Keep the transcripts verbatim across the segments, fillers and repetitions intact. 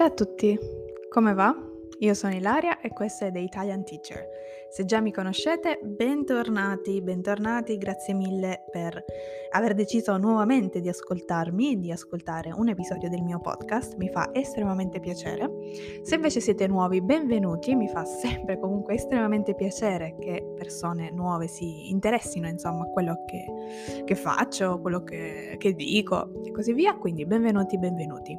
Ciao a tutti, come va? Io sono Ilaria e questo è The Italian Teacher. Se già mi conoscete, bentornati, bentornati, grazie mille per aver deciso nuovamente di ascoltarmi, di ascoltare un episodio del mio podcast, mi fa estremamente piacere. Se invece siete nuovi, benvenuti, mi fa sempre comunque estremamente piacere che persone nuove si interessino insomma a quello che, che faccio, quello che, che dico e così via, quindi benvenuti, benvenuti.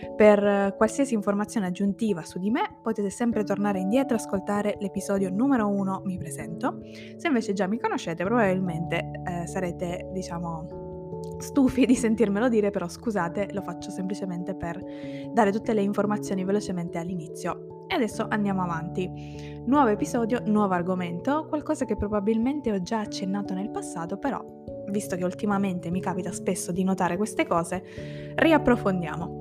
Per qualsiasi informazione aggiuntiva su di me potete sempre tornare indietro e ascoltare l'episodio numero uno, mi presento. Se invece già mi conoscete probabilmente eh, sarete, diciamo, stufi di sentirmelo dire, però scusate, lo faccio semplicemente per dare tutte le informazioni velocemente all'inizio. E adesso andiamo avanti. Nuovo episodio, nuovo argomento, qualcosa che probabilmente ho già accennato nel passato, però visto che ultimamente mi capita spesso di notare queste cose, riapprofondiamo.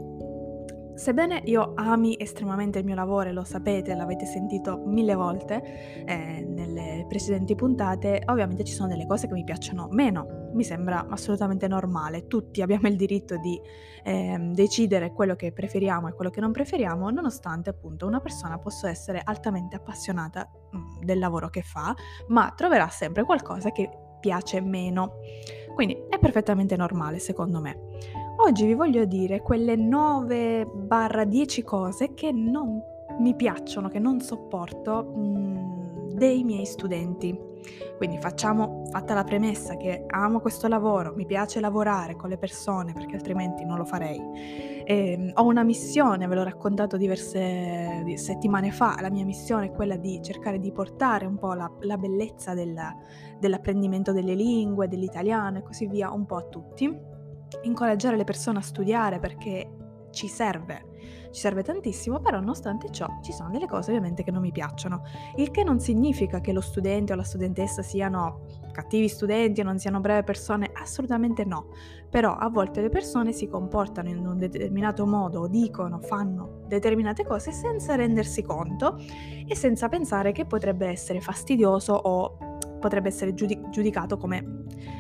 Sebbene io ami estremamente il mio lavoro e lo sapete, l'avete sentito mille volte eh, nelle precedenti puntate, ovviamente ci sono delle cose che mi piacciono meno. Mi sembra assolutamente normale, tutti abbiamo il diritto di eh, decidere quello che preferiamo e quello che non preferiamo, nonostante appunto una persona possa essere altamente appassionata mh, del lavoro che fa, ma troverà sempre qualcosa che piace meno. Quindi è perfettamente normale secondo me. Oggi vi voglio dire quelle nove dieci cose che non mi piacciono, che non sopporto mh, dei miei studenti. Quindi facciamo, fatta la premessa che amo questo lavoro, mi piace lavorare con le persone perché altrimenti non lo farei. E, ho una missione, ve l'ho raccontato diverse settimane fa, la mia missione è quella di cercare di portare un po' la, la bellezza del, dell'apprendimento delle lingue, dell'italiano e così via un po' a tutti. Incoraggiare le persone a studiare perché ci serve, ci serve tantissimo, però nonostante ciò ci sono delle cose ovviamente che non mi piacciono, il che non significa che lo studente o la studentessa siano cattivi studenti o non siano brave persone, assolutamente no, però a volte le persone si comportano in un determinato modo o dicono, fanno determinate cose senza rendersi conto e senza pensare che potrebbe essere fastidioso o potrebbe essere giudic- giudicato come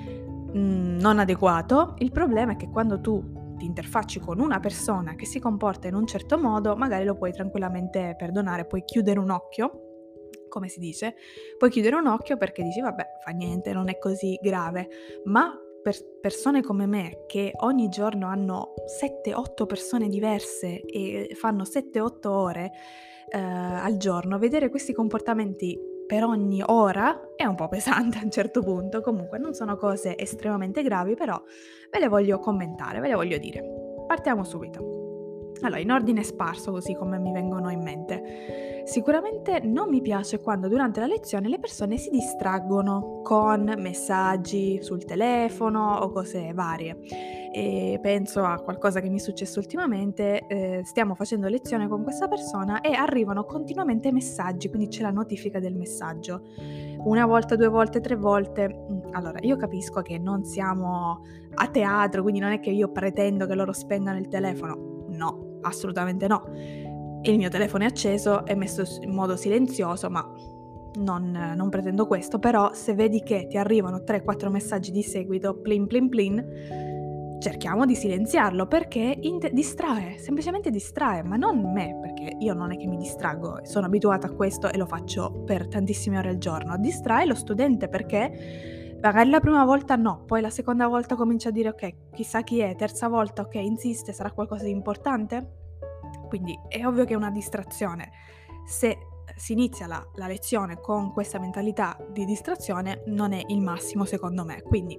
non adeguato. Il problema è che quando tu ti interfacci con una persona che si comporta in un certo modo, magari lo puoi tranquillamente perdonare, puoi chiudere un occhio, come si dice, puoi chiudere un occhio perché dici vabbè, fa niente, non è così grave, ma per persone come me che ogni giorno hanno sette otto persone diverse e fanno sette otto ore eh, al giorno, vedere questi comportamenti per ogni ora è un po' pesante a un certo punto. Comunque non sono cose estremamente gravi, però ve le voglio commentare, ve le voglio dire. Partiamo subito. Allora, in ordine sparso, così come mi vengono in mente. Sicuramente non mi piace quando durante la lezione le persone si distraggono con messaggi sul telefono o cose varie. E penso a qualcosa che mi è successo ultimamente, eh, stiamo facendo lezione con questa persona e arrivano continuamente messaggi, quindi c'è la notifica del messaggio. Una volta, due volte, tre volte. Allora, io capisco che non siamo a teatro, quindi non è che io pretendo che loro spengano il telefono. No, assolutamente no. Il mio telefono è acceso, è messo in modo silenzioso, ma non, non pretendo questo. Però se vedi che ti arrivano tre quattro messaggi di seguito, plin plin plin, cerchiamo di silenziarlo perché int- distrae, semplicemente distrae, ma non me, perché io non è che mi distraggo, sono abituata a questo e lo faccio per tantissime ore al giorno. Distrae lo studente perché magari la prima volta no, poi la seconda volta comincia a dire ok, chissà chi è, terza volta ok, insiste, sarà qualcosa di importante? Quindi è ovvio che è una distrazione. Se si inizia la, la lezione con questa mentalità di distrazione non è il massimo secondo me, quindi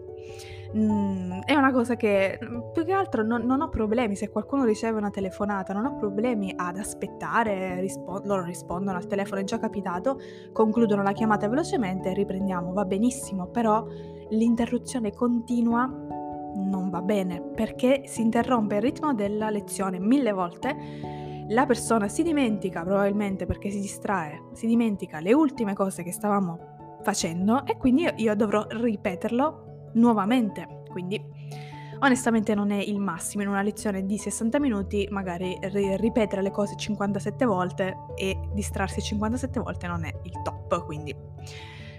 mm, è una cosa che più che altro non, non ho problemi se qualcuno riceve una telefonata, non ho problemi ad aspettare, rispo- loro rispondono al telefono, è già capitato, concludono la chiamata velocemente e riprendiamo, va benissimo, però l'interruzione continua non va bene perché si interrompe il ritmo della lezione mille volte. La persona si dimentica, probabilmente perché si distrae, si dimentica le ultime cose che stavamo facendo e quindi io, io dovrò ripeterlo nuovamente. Quindi onestamente non è il massimo in una lezione di sessanta minuti, magari ri- ripetere le cose cinquantasette volte e distrarsi cinquantasette volte non è il top, quindi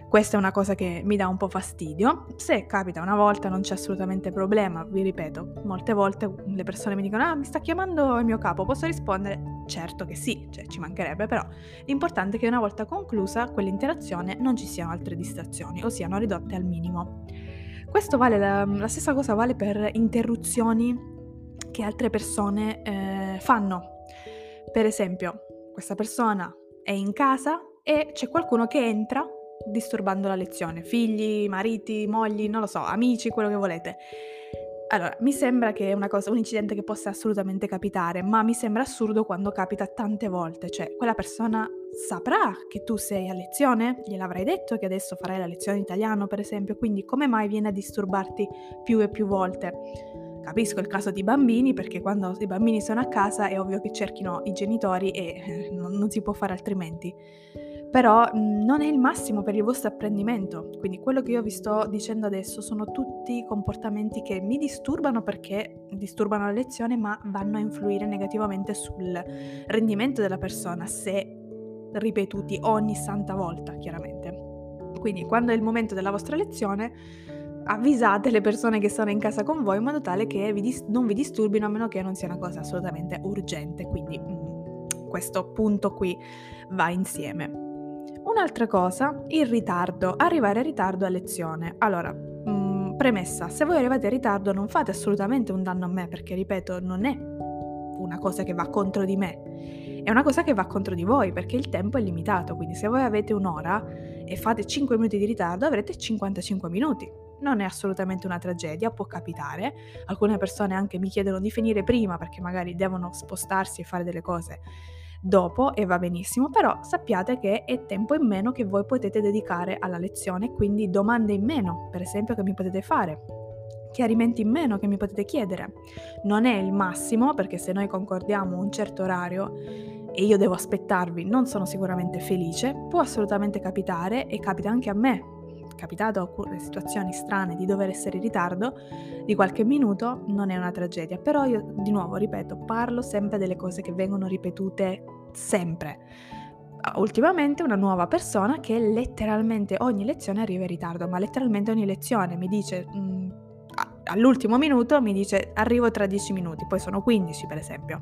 Questa è una cosa che mi dà un po' fastidio. Se capita una volta non c'è assolutamente problema, vi ripeto, molte volte le persone mi dicono: "Ah, mi sta chiamando il mio capo, posso rispondere?" Certo che sì, cioè ci mancherebbe, però l'importante è che una volta conclusa quell'interazione non ci siano altre distrazioni o siano ridotte al minimo. Questo vale la la stessa cosa vale per interruzioni che altre persone, ehm, fanno. Per esempio, questa persona è in casa e c'è qualcuno che entra disturbando la lezione, figli, mariti, mogli, non lo so, amici, quello che volete. Allora, mi sembra che è una cosa un incidente che possa assolutamente capitare, ma mi sembra assurdo quando capita tante volte, cioè quella persona saprà che tu sei a lezione? Gliel'avrai detto che adesso farai la lezione di italiano, per esempio, quindi come mai viene a disturbarti più e più volte? Capisco il caso di bambini, perché quando i bambini sono a casa è ovvio che cerchino i genitori e eh, non non si può fare altrimenti. Però, mhmm, non è il massimo per il vostro apprendimento. Quindi quello che io vi sto dicendo adesso sono tutti comportamenti che mi disturbano perché disturbano la lezione, ma vanno a influire negativamente sul rendimento della persona, se ripetuti ogni santa volta, chiaramente. Quindi quando è il momento della vostra lezione, avvisate le persone che sono in casa con voi in modo tale che vi dis non vi disturbino a meno che non sia una cosa assolutamente urgente, quindi, mhmm, questo punto qui va insieme. Un'altra cosa, il ritardo, arrivare in ritardo a lezione. Allora, mhmm, premessa: se voi arrivate in ritardo non fate assolutamente un danno a me, perché ripeto non è una cosa che va contro di me, è una cosa che va contro di voi, perché il tempo è limitato, quindi se voi avete un' ora e fate cinque minuti di ritardo avrete cinquantacinque minuti. Non è assolutamente una tragedia, può capitare. Alcune persone anche mi chiedono di finire prima perché magari devono spostarsi e fare delle cose dopo e va benissimo, però sappiate che è tempo in meno che voi potete dedicare alla lezione, quindi domande in meno, per esempio, che mi potete fare, chiarimenti in meno che mi potete chiedere. Non è il massimo, perché se noi concordiamo un certo orario e io devo aspettarvi, non sono sicuramente felice, può assolutamente capitare e capita anche a me. È capitato alcune situazioni strane di dover essere in ritardo di qualche minuto, non è una tragedia, però io di nuovo ripeto, parlo sempre delle cose che vengono ripetute sempre. Ah, ultimamente una nuova persona che letteralmente ogni lezione arriva in ritardo, ma letteralmente ogni lezione mi dice, mhmm, a all'ultimo minuto mi dice: "Arrivo tra dieci minuti", poi sono quindici per esempio.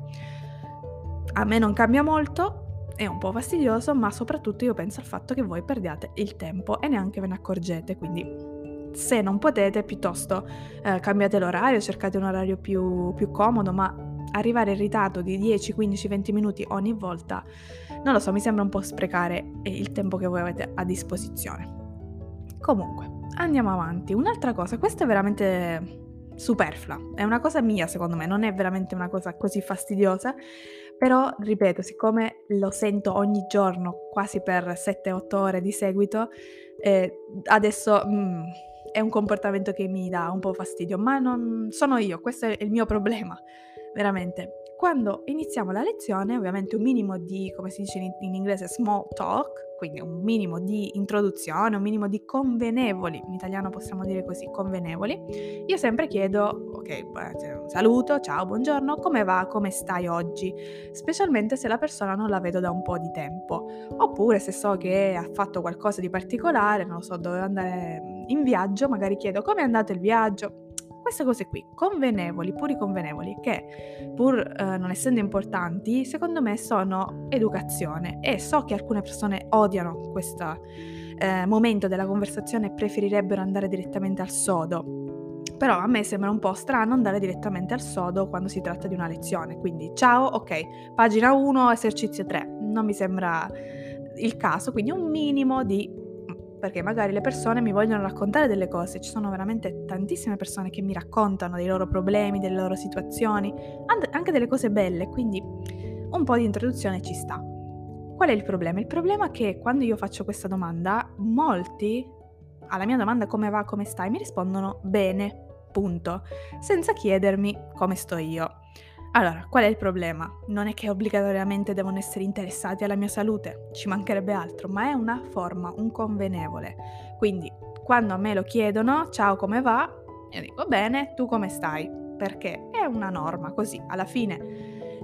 A me non cambia molto, è un po' fastidioso, ma soprattutto io penso al fatto che voi perdiate il tempo e neanche ve ne accorgete, quindi se non potete piuttosto, ehm, cambiate l'orario, cercate un orario più più comodo, ma arrivare in ritardo di dieci, quindici, venti minuti ogni volta, non lo so, mi sembra un po' sprecare, ehm, il tempo che voi avete a disposizione. Comunque, andiamo avanti. Un'altra cosa, questa è veramente superflua, è una cosa mia secondo me, non è veramente una cosa così fastidiosa, però ripeto, siccome lo sento ogni giorno, quasi per sette, otto ore di seguito, ehm, adesso, mhmm, è un comportamento che mi dà un po' fastidio, ma non sono io, questo è il mio problema, veramente. Quando iniziamo la lezione, ovviamente un minimo di, come si dice in in inglese, small talk, quindi un minimo di introduzione, un minimo di convenevoli, in italiano possiamo dire così, convenevoli, io sempre chiedo, ok, beh, cioè, un saluto, ciao, buongiorno, come va, come stai oggi? Specialmente se la persona non la vedo da un po' di tempo, oppure se so che ha fatto qualcosa di particolare, non lo so, doveva andare mm, in viaggio, magari chiedo come è andato il viaggio. Queste cose qui, convenevoli, puri convenevoli, che pur eh, non essendo importanti, secondo me sono educazione e so che alcune persone odiano questo eh, momento della conversazione e preferirebbero andare direttamente al sodo. Però a me sembra un po' strano andare direttamente al sodo quando si tratta di una lezione. Quindi ciao, ok, pagina uno, esercizio tre. Non mi sembra il caso, quindi un minimo di perché magari le persone mi vogliono raccontare delle cose, ci sono veramente tantissime persone che mi raccontano dei loro problemi, delle loro situazioni, and- anche delle cose belle, quindi un po' di introduzione ci sta. Qual è il problema? Il problema è che quando io faccio questa domanda, molti alla mia domanda come va, come stai, mi rispondono bene, punto, senza chiedermi come sto io. Allora, qual è il problema? Non è che obbligatoriamente devono essere interessati alla mia salute, ci mancherebbe altro, ma è una forma, un convenevole. Quindi, quando a me lo chiedono, ciao come va? Io dico bene, tu come stai? Perché è una norma, così, alla fine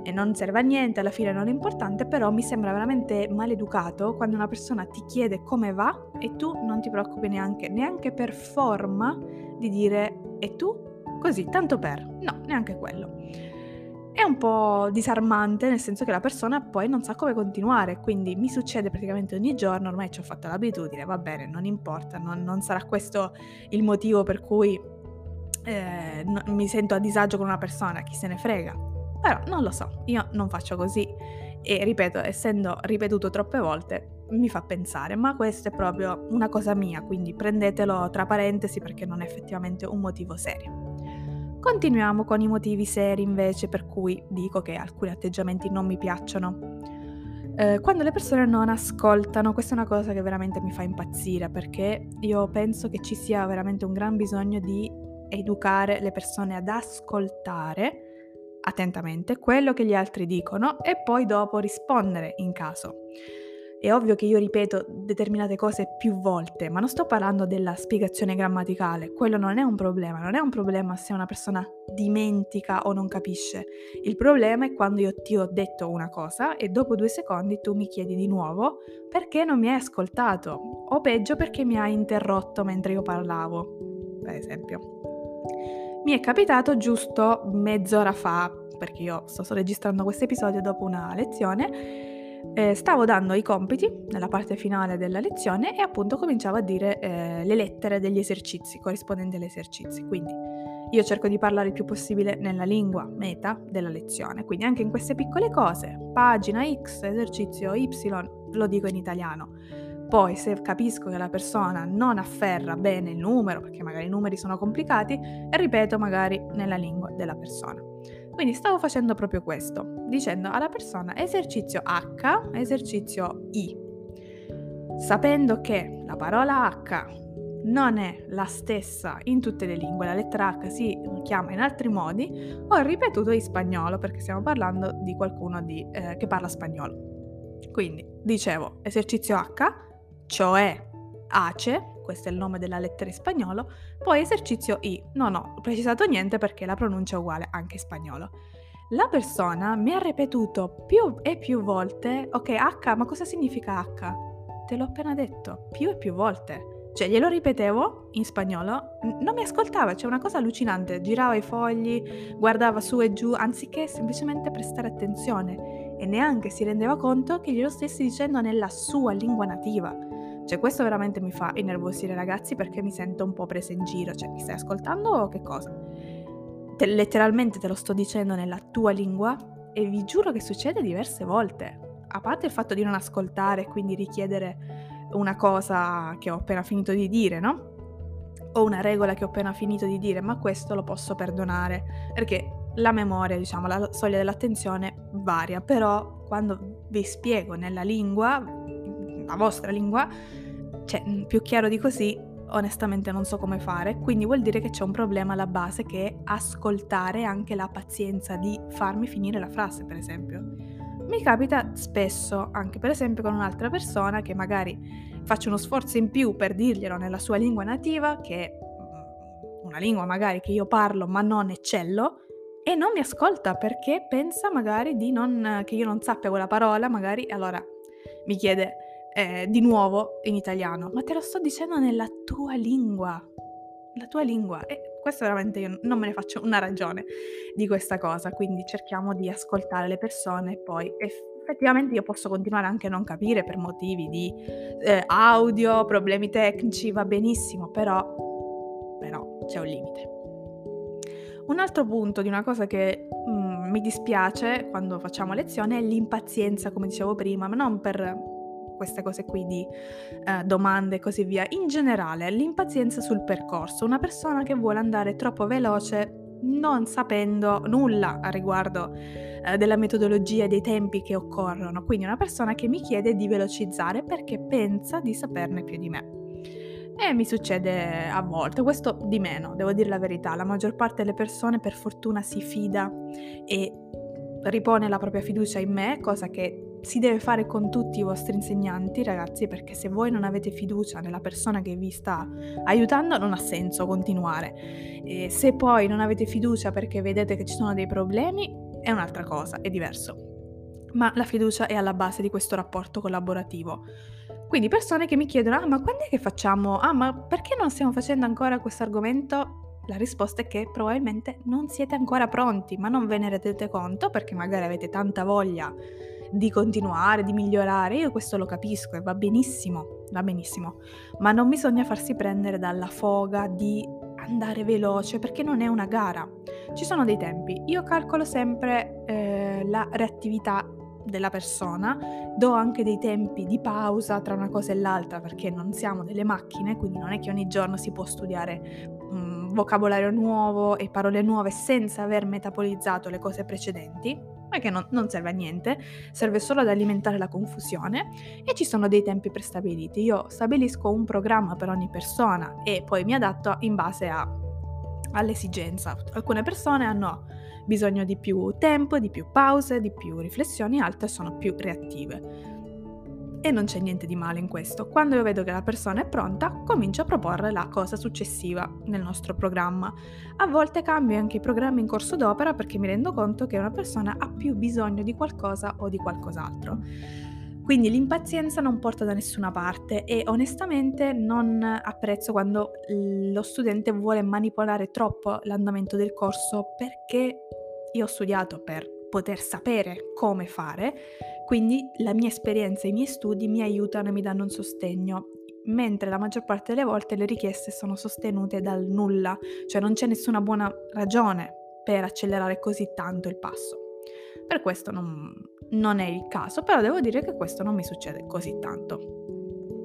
e non serve a niente, alla fine non è importante, però mi sembra veramente maleducato quando una persona ti chiede come va e tu non ti preoccupi neanche, neanche per forma di dire e tu? Così, tanto per. No, neanche quello. È un po' disarmante, nel senso che la persona poi non sa come continuare, quindi mi succede praticamente ogni giorno, ormai ci ho fatto l'abitudine, va bene, non importa, non, non sarà questo il motivo per cui eh, no- mi sento a disagio con una persona, chi se ne frega. Però non lo so, io non faccio così e ripeto, essendo ripetuto troppe volte, mi fa pensare, ma questo è proprio una cosa mia, quindi prendetelo tra parentesi perché non è effettivamente un motivo serio. Continuiamo con i motivi seri invece per cui dico che alcuni atteggiamenti non mi piacciono. Eh, quando le persone non ascoltano, questa è una cosa che veramente mi fa impazzire perché io penso che ci sia veramente un gran bisogno di educare le persone ad ascoltare attentamente quello che gli altri dicono e poi dopo rispondere in caso. È ovvio che io ripeto determinate cose più volte, ma non sto parlando della spiegazione grammaticale, quello non è un problema, non è un problema se una persona dimentica o non capisce. Il problema è quando io ti ho detto una cosa e dopo due secondi tu mi chiedi di nuovo perché non mi hai ascoltato o peggio perché mi hai interrotto mentre io parlavo, per esempio. Mi è capitato giusto mezz'ora fa, perché io sto sto registrando questo episodio dopo una lezione, eh, stavo dando i compiti nella parte finale della lezione e appunto cominciavo a dire eh, le lettere degli esercizi, corrispondenti agli esercizi. Quindi io cerco di parlare il più possibile nella lingua meta della lezione, quindi anche in queste piccole cose, pagina X, esercizio Y, lo dico in italiano. Poi se capisco che la persona non afferra bene il numero, perché magari i numeri sono complicati, ripeto magari nella lingua della persona. Quindi stavo facendo proprio questo, dicendo alla persona esercizio H, esercizio I. Sapendo che la parola H non è la stessa in tutte le lingue, la lettera H si chiama in altri modi, ho ripetuto in spagnolo perché stiamo parlando di qualcuno di, eh, che parla spagnolo. Quindi dicevo esercizio H, cioè Ace, questo è il nome della lettera in spagnolo, poi esercizio I, non ho precisato niente perché la pronuncia è uguale anche in spagnolo. La persona mi ha ripetuto più e più volte, ok H, ma cosa significa H? Te l'ho appena detto, più e più volte. Cioè glielo ripetevo in spagnolo, n- non mi ascoltava, c'è una cosa allucinante, girava i fogli, guardava su e giù, anziché semplicemente prestare attenzione e neanche si rendeva conto che glielo stessi dicendo nella sua lingua nativa. Cioè questo veramente mi fa innervosire ragazzi perché mi sento un po' presa in giro, cioè mi stai ascoltando o che cosa? Te- letteralmente te lo sto dicendo nella tua lingua e vi giuro che succede diverse volte. A parte il fatto di non ascoltare e quindi richiedere una cosa che ho appena finito di dire, no? O una regola che ho appena finito di dire, ma questo lo posso perdonare perché la memoria, diciamo, la soglia dell'attenzione varia, però quando vi spiego nella lingua, la vostra lingua, cioè mm, più chiaro di così, onestamente non so come fare, quindi vuol dire che c'è un problema alla base che è ascoltare anche la pazienza di farmi finire la frase, per esempio. Mi capita spesso, anche per esempio con un'altra persona che magari faccio uno sforzo in più per dirglielo nella sua lingua nativa, che è mm, una lingua magari che io parlo ma non eccello, e non mi ascolta perché pensa magari di non, che io non sappia quella parola, magari allora mi chiede eh, di nuovo in italiano, ma te lo sto dicendo nella tua lingua, la tua lingua, e questo veramente io non me ne faccio una ragione di questa cosa, quindi cerchiamo di ascoltare le persone e poi eff- effettivamente io posso continuare anche a non capire per motivi di eh, audio, problemi tecnici, va benissimo, però, però c'è un limite. Un altro punto di una cosa che mm, mi dispiace quando facciamo lezione è l'impazienza, come dicevo prima, ma non per queste cose qui di eh, domande e così via. In generale, l'impazienza sul percorso. Una persona che vuole andare troppo veloce non sapendo nulla a riguardo eh, della metodologia e dei tempi che occorrono. Quindi una persona che mi chiede di velocizzare perché pensa di saperne più di me. E mi succede a volte, questo di meno, devo dire la verità, la maggior parte delle persone per fortuna si fida e ripone la propria fiducia in me, cosa che si deve fare con tutti i vostri insegnanti, ragazzi, perché se voi non avete fiducia nella persona che vi sta aiutando non ha senso continuare. E se poi non avete fiducia perché vedete che ci sono dei problemi, è un'altra cosa, è diverso. Ma la fiducia è alla base di questo rapporto collaborativo. Quindi persone che mi chiedono: "Ah, ma quand'è che facciamo? Ah, ma perché non stiamo facendo ancora questo argomento?" La risposta è che probabilmente non siete ancora pronti, ma non ve ne rendete conto perché magari avete tanta voglia di continuare, di migliorare. Io questo lo capisco e va benissimo, va benissimo, ma non bisogna farsi prendere dalla foga di andare veloce perché non è una gara. Ci sono dei tempi. Io calcolo sempre, ehm, la reattività della persona, do anche dei tempi di pausa tra una cosa e l'altra perché non siamo delle macchine, quindi non è che ogni giorno si può studiare, mhmm, vocabolario nuovo e parole nuove senza aver metabolizzato le cose precedenti, perché non non serve a niente, serve solo ad alimentare la confusione e ci sono dei tempi prestabiliti. Io stabilisco un programma per ogni persona e poi mi adatto in base a all'esigenza. Alcune persone hanno bisogno di più tempo, di più pause, di più riflessioni, altre sono più reattive. E non c'è niente di male in questo. Quando io vedo che la persona è pronta, comincio a proporre la cosa successiva nel nostro programma. A volte cambio anche i programmi in corso d'opera perché mi rendo conto che una persona ha più bisogno di qualcosa o di qualcos'altro. Quindi l'impazienza non porta da nessuna parte e onestamente non apprezzo quando lo studente vuole manipolare troppo l'andamento del corso perché io ho studiato per poter sapere come fare, quindi la mia esperienza e i miei studi mi aiutano e mi danno un sostegno, mentre la maggior parte delle volte le richieste sono sostenute dal nulla, cioè non c'è nessuna buona ragione per accelerare così tanto il passo. Per questo non, non è il caso, però devo dire che questo non mi succede così tanto.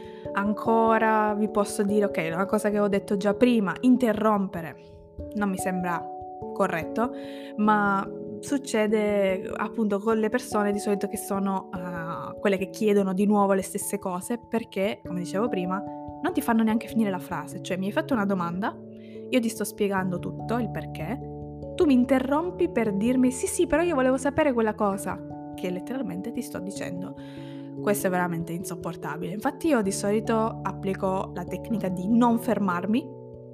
Ancora vi posso dire, ok, una cosa che ho detto già prima, interrompere non mi sembra corretto, ma succede appunto con le persone di solito che sono uh, quelle che chiedono di nuovo le stesse cose perché, come dicevo prima, non ti fanno neanche finire la frase, cioè mi hai fatto una domanda, io ti sto spiegando tutto, il perché, tu mi interrompi per dirmi sì sì, però io volevo sapere quella cosa che letteralmente ti sto dicendo. Questo è veramente insopportabile. Infatti io di solito applico la tecnica di non fermarmi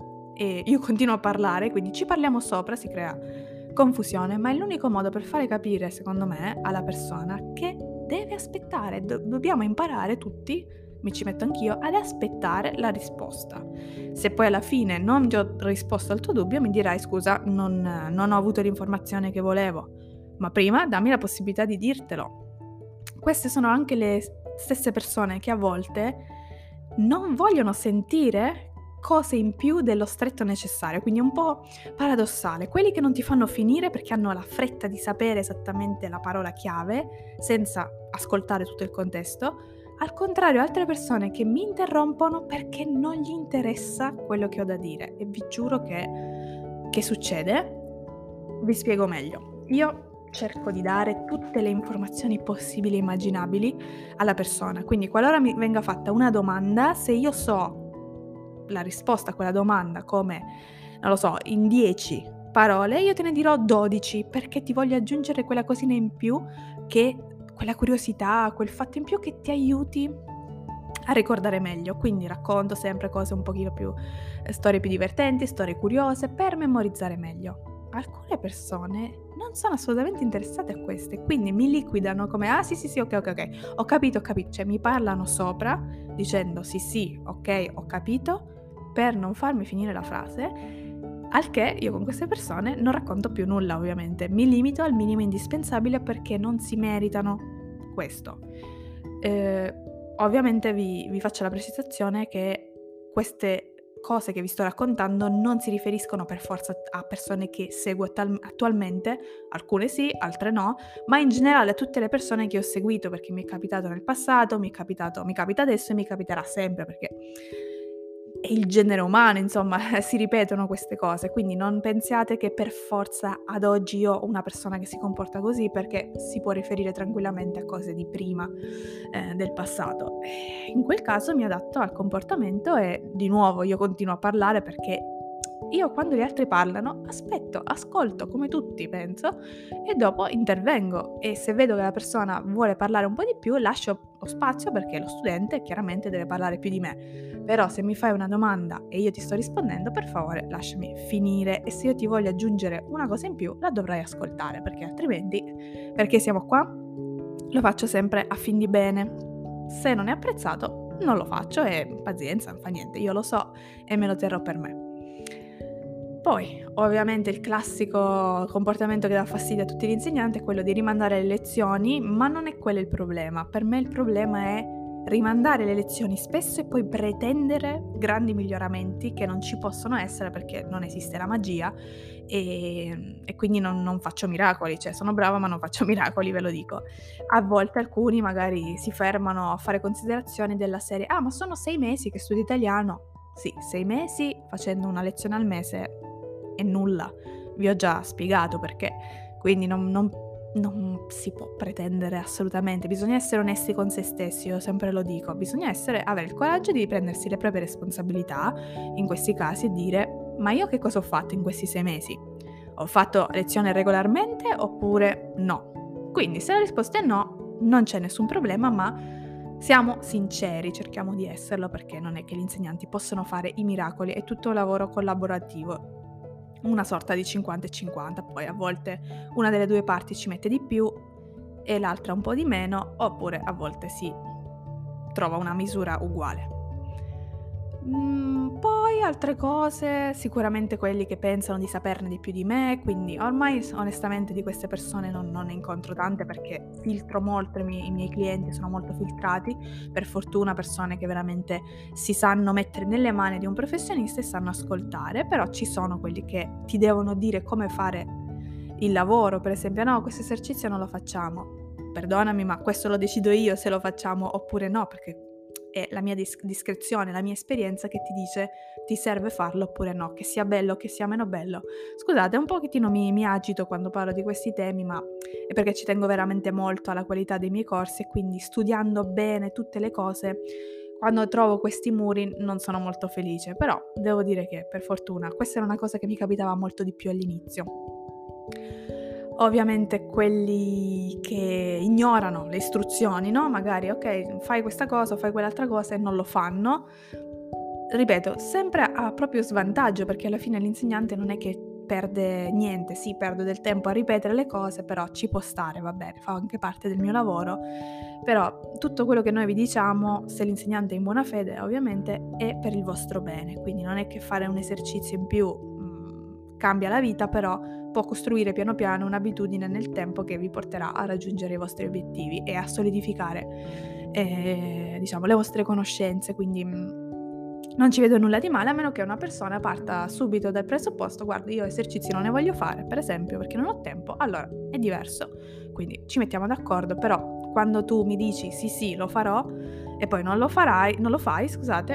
e io continuo a parlare, quindi ci parliamo sopra, si crea confusione, ma è l'unico modo per fare capire, secondo me, alla persona che deve aspettare. Do- dobbiamo imparare tutti, mi ci metto anch'io, ad aspettare la risposta. Se poi alla fine non ti ho risposto al tuo dubbio, mi dirai scusa, non, non ho avuto l'informazione che volevo, ma prima dammi la possibilità di dirtelo. Queste sono anche le stesse persone che a volte non vogliono sentire cose in più dello stretto necessario, quindi è un po' paradossale. Quelli che non ti fanno finire perché hanno la fretta di sapere esattamente la parola chiave senza ascoltare tutto il contesto, al contrario altre persone che mi interrompono perché non gli interessa quello che ho da dire e vi giuro che, che succede. Vi spiego meglio. Io cerco di dare tutte le informazioni possibili e immaginabili alla persona, quindi qualora mi venga fatta una domanda, se io so la risposta a quella domanda come, non lo so, in dieci parole, io te ne dirò dodici perché ti voglio aggiungere quella cosina in più, che quella curiosità, quel fatto in più che ti aiuti a ricordare meglio. Quindi racconto sempre cose un pochino più, eh, storie più divertenti, storie curiose per memorizzare meglio. Alcune persone non sono assolutamente interessate a queste, quindi mi liquidano come ah sì sì sì ok ok ok, ho capito ho capito, cioè mi parlano sopra dicendo sì sì ok ho capito per non farmi finire la frase, al che io con queste persone non racconto più nulla ovviamente, mi limito al minimo indispensabile perché non si meritano questo. Eh, ovviamente vi, vi faccio la precisazione che queste cose che vi sto raccontando non si riferiscono per forza a persone che seguo attal- attualmente, alcune sì, altre no, ma in generale a tutte le persone che ho seguito perché mi è capitato nel passato, mi è capitato, mi capita adesso e mi capiterà sempre perché è il genere umano, insomma, si ripetono queste cose, quindi non pensiate che per forza ad oggi io ho una persona che si comporta così perché si può riferire tranquillamente a cose di prima, eh, del passato. In quel caso mi adatto al comportamento e di nuovo io continuo a parlare perché io quando gli altri parlano aspetto, ascolto come tutti penso e dopo intervengo e se vedo che la persona vuole parlare un po' di più lascio lo spazio perché lo studente chiaramente deve parlare più di me. Però se mi fai una domanda e io ti sto rispondendo, per favore lasciami finire e se io ti voglio aggiungere una cosa in più la dovrai ascoltare perché altrimenti, perché siamo qua? Lo faccio sempre a fin di bene. Se non è apprezzato non lo faccio e pazienza, non fa niente, io lo so e me lo terrò per me. Poi, ovviamente il classico comportamento che dà fastidio a tutti gli insegnanti è quello di rimandare le lezioni, ma non è quello il problema. Per me il problema è rimandare le lezioni spesso e poi pretendere grandi miglioramenti che non ci possono essere perché non esiste la magia e, e quindi non, non faccio miracoli, cioè sono brava ma non faccio miracoli, ve lo dico. A volte alcuni magari si fermano a fare considerazioni della serie «Ah, ma sono sei mesi che studio italiano». Sì, sei mesi facendo una lezione al mese è nulla, vi ho già spiegato perché, quindi non, non, non si può pretendere assolutamente, bisogna essere onesti con se stessi, io sempre lo dico, bisogna essere, avere il coraggio di prendersi le proprie responsabilità in questi casi e dire ma io che cosa ho fatto in questi sei mesi? Ho fatto lezione regolarmente oppure no? Quindi se la risposta è no, non c'è nessun problema, ma siamo sinceri, cerchiamo di esserlo perché non è che gli insegnanti possono fare i miracoli, è tutto un lavoro collaborativo, una sorta di cinquanta e cinquanta, poi a volte una delle due parti ci mette di più e l'altra un po' di meno, oppure a volte si trova una misura uguale. Mm, poi altre cose, sicuramente quelli che pensano di saperne di più di me, quindi ormai onestamente di queste persone non, non ne incontro tante perché filtro molto i miei, i miei clienti, sono molto filtrati, per fortuna persone che veramente si sanno mettere nelle mani di un professionista e sanno ascoltare, però ci sono quelli che ti devono dire come fare il lavoro, per esempio no, questo esercizio non lo facciamo, perdonami ma questo lo decido io se lo facciamo oppure no, perché è la mia dis- discrezione, la mia esperienza che ti dice ti serve farlo oppure no, che sia bello o che sia meno bello. Scusate, un pochettino mi, mi agito quando parlo di questi temi, ma è perché ci tengo veramente molto alla qualità dei miei corsi e quindi studiando bene tutte le cose, quando trovo questi muri non sono molto felice, però devo dire che per fortuna questa era una cosa che mi capitava molto di più all'inizio. Ovviamente quelli che ignorano le istruzioni, no? Magari, ok, fai questa cosa, fai quell'altra cosa e non lo fanno. Ripeto, sempre a proprio svantaggio, perché alla fine l'insegnante non è che perde niente, sì, perdo del tempo a ripetere le cose, però ci può stare, va bene, fa anche parte del mio lavoro. Però tutto quello che noi vi diciamo, se l'insegnante è in buona fede, ovviamente, è per il vostro bene. Quindi non è che fare un esercizio in più mh, cambia la vita, però può costruire piano piano un'abitudine nel tempo che vi porterà a raggiungere i vostri obiettivi e a solidificare eh, diciamo, le vostre conoscenze, quindi mh, non ci vedo nulla di male a meno che una persona parta subito dal presupposto guarda io esercizi non ne voglio fare per esempio perché non ho tempo, allora è diverso, quindi ci mettiamo d'accordo, però quando tu mi dici sì sì lo farò e poi non lo farai, non lo fai scusate,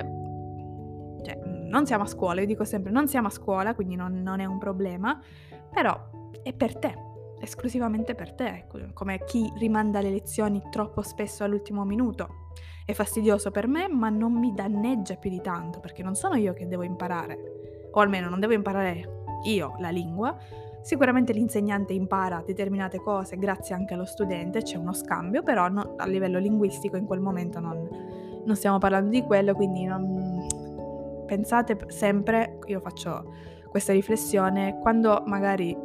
cioè non siamo a scuola, io dico sempre non siamo a scuola quindi non, non è un problema, però è per te, esclusivamente per te, come chi rimanda le lezioni troppo spesso all'ultimo minuto. È fastidioso per me, ma non mi danneggia più di tanto, perché non sono io che devo imparare, o almeno non devo imparare io la lingua. Sicuramente l'insegnante impara determinate cose grazie anche allo studente, c'è uno scambio, però no, a livello linguistico in quel momento non, non stiamo parlando di quello, quindi non, pensate sempre, io faccio questa riflessione, quando magari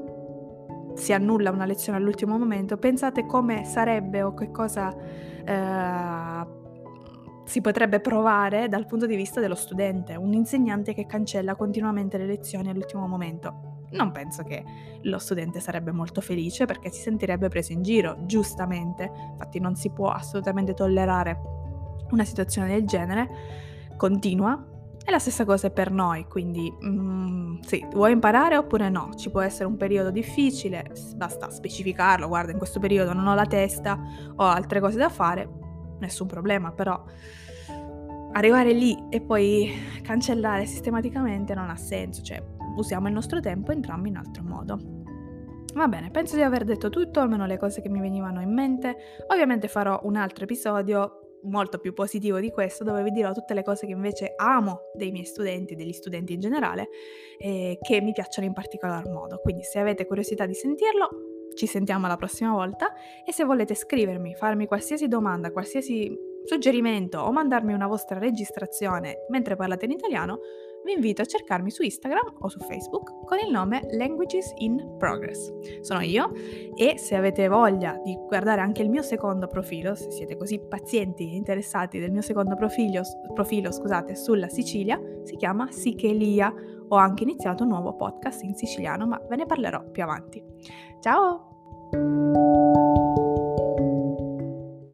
si annulla una lezione all'ultimo momento, pensate come sarebbe o che cosa eh, si potrebbe provare dal punto di vista dello studente, un insegnante che cancella continuamente le lezioni all'ultimo momento. Non penso che lo studente sarebbe molto felice perché si sentirebbe preso in giro, giustamente, infatti non si può assolutamente tollerare una situazione del genere, continua. E la stessa cosa è per noi, quindi mm, sì, vuoi imparare oppure no? Ci può essere un periodo difficile, basta specificarlo, guarda in questo periodo non ho la testa, ho altre cose da fare, nessun problema, però arrivare lì e poi cancellare sistematicamente non ha senso, cioè usiamo il nostro tempo entrambi in altro modo. Va bene, penso di aver detto tutto, almeno le cose che mi venivano in mente. Ovviamente farò un altro episodio molto più positivo di questo, dove vi dirò tutte le cose che invece amo dei miei studenti, degli studenti in generale, e che mi piacciono in particolar modo. Quindi se avete curiosità di sentirlo, ci sentiamo la prossima volta, e se volete scrivermi, farmi qualsiasi domanda, qualsiasi suggerimento o mandarmi una vostra registrazione mentre parlate in italiano, vi invito a cercarmi su Instagram o su Facebook con il nome Languages in Progress. Sono io, e se avete voglia di guardare anche il mio secondo profilo, se siete così pazienti e interessati del mio secondo profilo, profilo scusate, sulla Sicilia, si chiama Sichelia. Ho anche iniziato un nuovo podcast in siciliano, ma ve ne parlerò più avanti. Ciao!